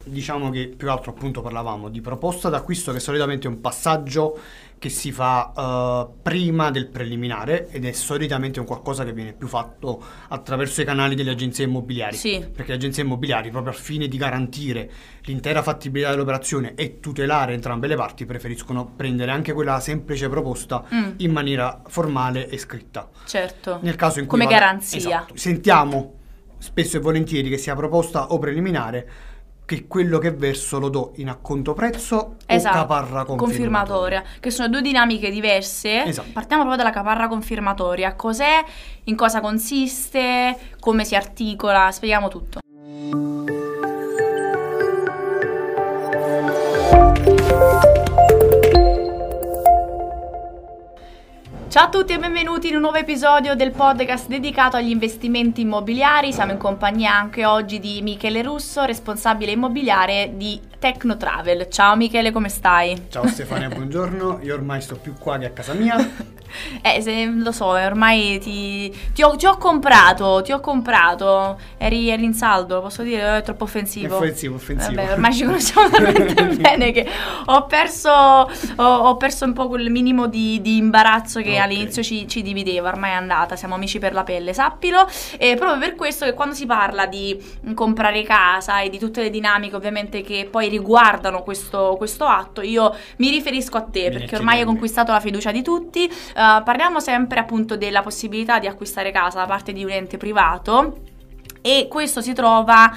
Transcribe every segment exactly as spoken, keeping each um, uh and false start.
diciamo che più che altro appunto parlavamo di proposta d'acquisto, che solitamente è un passaggio che si fa uh, prima del preliminare ed è solitamente un qualcosa che viene più fatto attraverso i canali delle agenzie immobiliari. Sì. Perché le agenzie immobiliari, proprio al fine di garantire l'intera fattibilità dell'operazione e tutelare entrambe le parti, preferiscono prendere anche quella semplice proposta mm. in maniera formale e scritta. Certo. Nel caso in cui come va... garanzia. Esatto. Sentiamo spesso e volentieri che sia proposta o preliminare, che quello che verso lo do in acconto prezzo esatto, o caparra confirmatoria. confirmatoria, che sono due dinamiche diverse. Esatto. Partiamo proprio dalla caparra confirmatoria. Cos'è, in cosa consiste, come si articola, spieghiamo tutto. Ciao a tutti e benvenuti in un nuovo episodio del podcast dedicato agli investimenti immobiliari. Siamo in compagnia anche oggi di Michele Russo, responsabile immobiliare di Tecnotravel. Ciao Michele, come stai? Ciao Stefania, buongiorno. Io ormai sto più qua che a casa mia. Eh, se, lo so, ormai ti, ti, ho, ti ho comprato, ti ho comprato. Eri, eri in saldo, posso dire? È troppo offensivo. Offensivo, offensivo. Vabbè, ormai ci conosciamo talmente bene che ho perso, ho, ho perso un po' quel minimo di, di imbarazzo che okay. all'inizio ci, ci divideva. Ormai è andata, siamo amici per la pelle, sappilo. E proprio per questo che quando si parla di comprare casa e di tutte le dinamiche ovviamente che poi riguardano questo, questo atto, io mi riferisco a te, perché ormai hai conquistato la fiducia di tutti. Uh, parliamo sempre appunto della possibilità di acquistare casa da parte di un ente privato, e questo si trova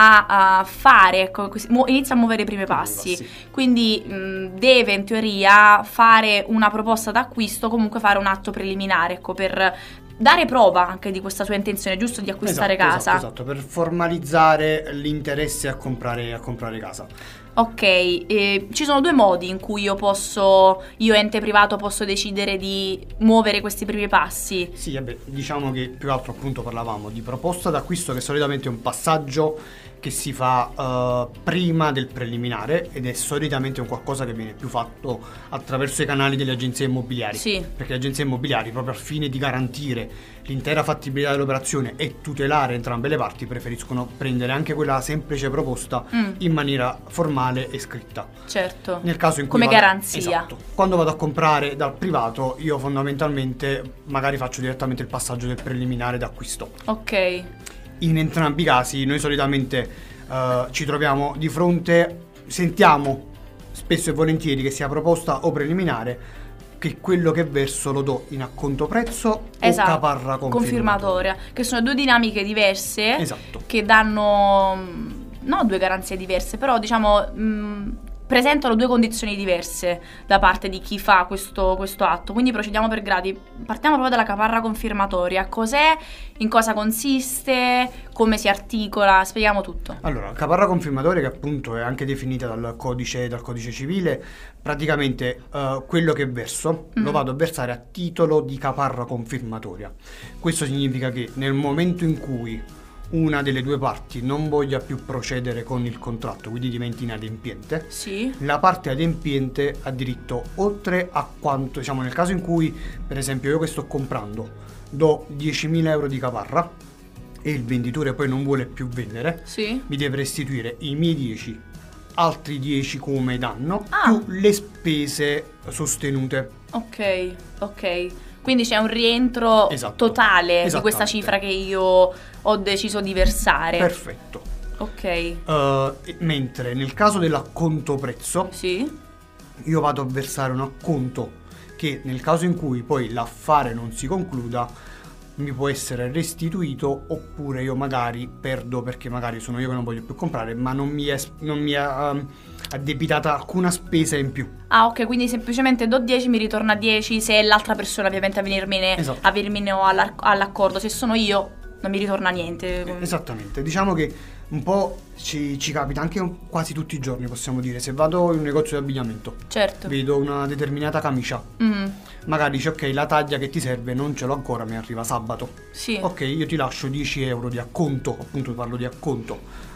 a, a fare, ecco, inizia a muovere i primi passi, passi. Quindi mh, deve in teoria fare una proposta d'acquisto, comunque fare un atto preliminare, ecco, per dare prova anche di questa sua intenzione, giusto, di acquistare esatto, casa. Esatto, esatto, per formalizzare l'interesse a comprare, a comprare casa. Ok, eh, ci sono due modi in cui io posso, io ente privato, posso decidere di muovere questi primi passi. Sì, vabbè, diciamo che più che altro appunto parlavamo di proposta d'acquisto, che solitamente è un passaggio che si fa uh, prima del preliminare ed è solitamente un qualcosa che viene più fatto attraverso i canali delle agenzie immobiliari. Sì. Perché le agenzie immobiliari, proprio al fine di garantire l'intera fattibilità dell'operazione e tutelare entrambe le parti, preferiscono prendere anche quella semplice proposta mm. in maniera formale e scritta. Certo. Nel caso in cui come vado, garanzia. Esatto. Quando vado a comprare dal privato, io fondamentalmente magari faccio direttamente il passaggio del preliminare d'acquisto. Ok. In entrambi i casi noi solitamente uh, ci troviamo di fronte, sentiamo spesso e volentieri che sia proposta o preliminare, che quello che verso lo do in acconto prezzo esatto. o caparra confirmatoria. confirmatoria, che sono due dinamiche diverse esatto. che danno, no, due garanzie diverse, però diciamo mh, presentano due condizioni diverse da parte di chi fa questo, questo atto. Quindi procediamo per gradi. Partiamo proprio dalla caparra confirmatoria. Cos'è, in cosa consiste, come si articola, spieghiamo tutto. Allora, caparra confirmatoria, che appunto è anche definita dal codice, dal codice civile, praticamente uh, quello che verso mm. lo vado a versare a titolo di caparra confirmatoria. Questo significa che nel momento in cui una delle due parti non voglia più procedere con il contratto, quindi diventi inadempiente, sì. la parte adempiente ha diritto, oltre a quanto, diciamo, nel caso in cui per esempio io che sto comprando do diecimila euro di caparra e il venditore poi non vuole più vendere, sì. mi deve restituire i miei dieci, altri dieci come danno, ah. più le spese sostenute. Ok, ok. Quindi c'è un rientro esatto. totale di questa cifra che io ho deciso di versare. Perfetto. Ok. Uh, mentre nel caso dell'acconto prezzo, sì. io vado a versare un acconto che nel caso in cui poi l'affare non si concluda mi può essere restituito, oppure io magari perdo perché magari sono io che non voglio più comprare, ma non mi è, non mi è um, addebitata alcuna spesa in più. Ah, ok, quindi semplicemente do dieci, mi ritorna dieci se è l'altra persona ovviamente a venirmene, esatto. a venirmene all'accordo. Se sono io non mi ritorna niente. Esattamente, diciamo che un po' ci, ci capita anche quasi tutti i giorni, possiamo dire. Se vado in un negozio di abbigliamento, certo. vedo una determinata camicia, mm. magari dici ok, la taglia che ti serve non ce l'ho ancora, mi arriva sabato, sì. ok, io ti lascio dieci euro di acconto, appunto parlo di acconto,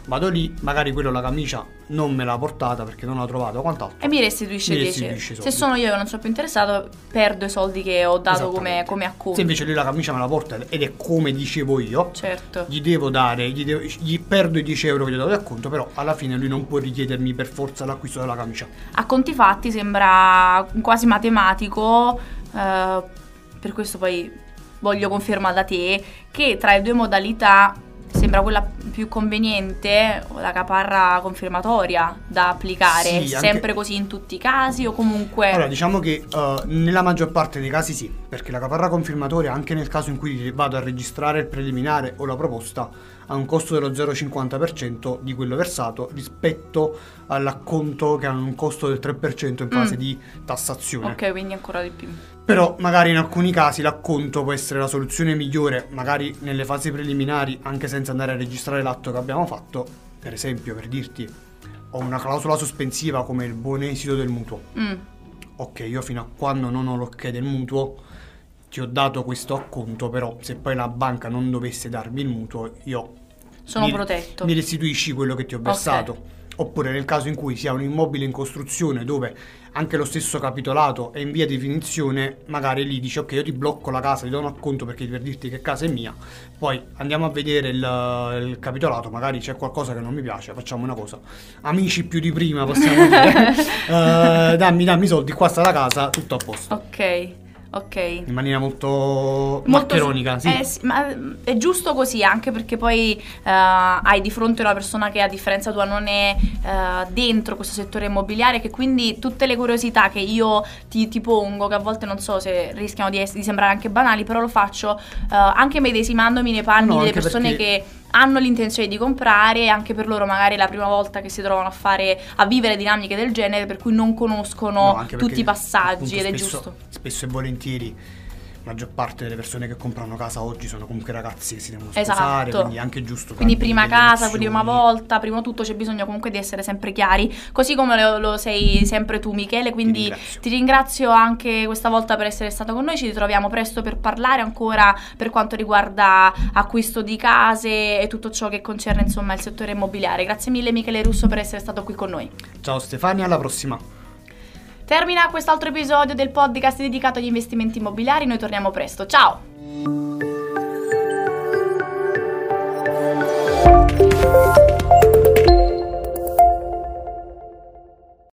vado lì, magari quello la camicia non me l'ha portata perché non l'ha trovata o quant'altro. E mi restituisce mi dieci restituisce euro. soldi. Se sono io che non sono più interessato, perdo i soldi che ho dato come, come acconto. Se invece lui la camicia me la porta ed è come dicevo io, certo, gli devo dare, gli, devo, gli perdo i dieci euro che gli ho dato di acconto, però alla fine lui non può richiedermi per forza l'acquisto della camicia. A conti fatti sembra quasi matematico, eh, per questo poi voglio conferma da te che tra le due modalità sembra quella più conveniente la caparra confermatoria da applicare. Sì, sempre anche... così in tutti i casi o comunque... Allora, diciamo che uh, nella maggior parte dei casi sì, perché la caparra confermatoria, anche nel caso in cui vado a registrare il preliminare o la proposta, ha un costo dello zero virgola cinquanta per cento di quello versato rispetto all'acconto che ha un costo del tre per cento in fase mm. di tassazione. Ok, quindi ancora di più. Però magari in alcuni casi l'acconto può essere la soluzione migliore, magari nelle fasi preliminari, anche senza andare a registrare l'atto che abbiamo fatto. Per esempio, per dirti, ho una clausola sospensiva come il buon esito del mutuo. Mm. Ok, io fino a quando non ho l'ok del mutuo ti ho dato questo acconto, però se poi la banca non dovesse darmi il mutuo, io sono mi, protetto. Mi restituisci quello che ti ho versato. Okay. Oppure nel caso in cui sia un immobile in costruzione dove anche lo stesso capitolato è in via di definizione, magari lì dici ok, io ti blocco la casa, ti do un acconto perché per dirti che casa è mia, poi andiamo a vedere il, il capitolato, magari c'è qualcosa che non mi piace, facciamo una cosa, amici più di prima possiamo dire, uh, dammi, dammi i soldi, qua sta la casa, tutto a posto. Ok. Ok. In maniera molto, molto maccheronica, sì. Eh, sì, ma è giusto così, anche perché poi uh, hai di fronte una persona che a differenza tua non è uh, dentro questo settore immobiliare, che quindi tutte le curiosità che io ti, ti pongo, che a volte non so se rischiano di, essere, di sembrare anche banali, però lo faccio uh, anche medesimandomi nei panni no, delle persone perché... che hanno l'intenzione di comprare, e anche per loro magari è la prima volta che si trovano a fare a vivere dinamiche del genere, per cui non conoscono no, tutti i passaggi, ed è spesso, giusto. Spesso e volentieri la maggior parte delle persone che comprano casa oggi sono comunque ragazzi che si devono sposare, esatto. quindi è anche giusto. Quindi prima casa, emozioni. Prima volta, prima tutto c'è bisogno comunque di essere sempre chiari, così come lo, lo sei sempre tu Michele, quindi ti ringrazio. ti ringrazio anche questa volta per essere stato con noi, ci ritroviamo presto per parlare ancora per quanto riguarda acquisto di case e tutto ciò che concerne insomma il settore immobiliare. Grazie mille Michele Russo per essere stato qui con noi. Ciao Stefania, alla prossima. Termina quest'altro episodio del podcast dedicato agli investimenti immobiliari, noi torniamo presto, ciao!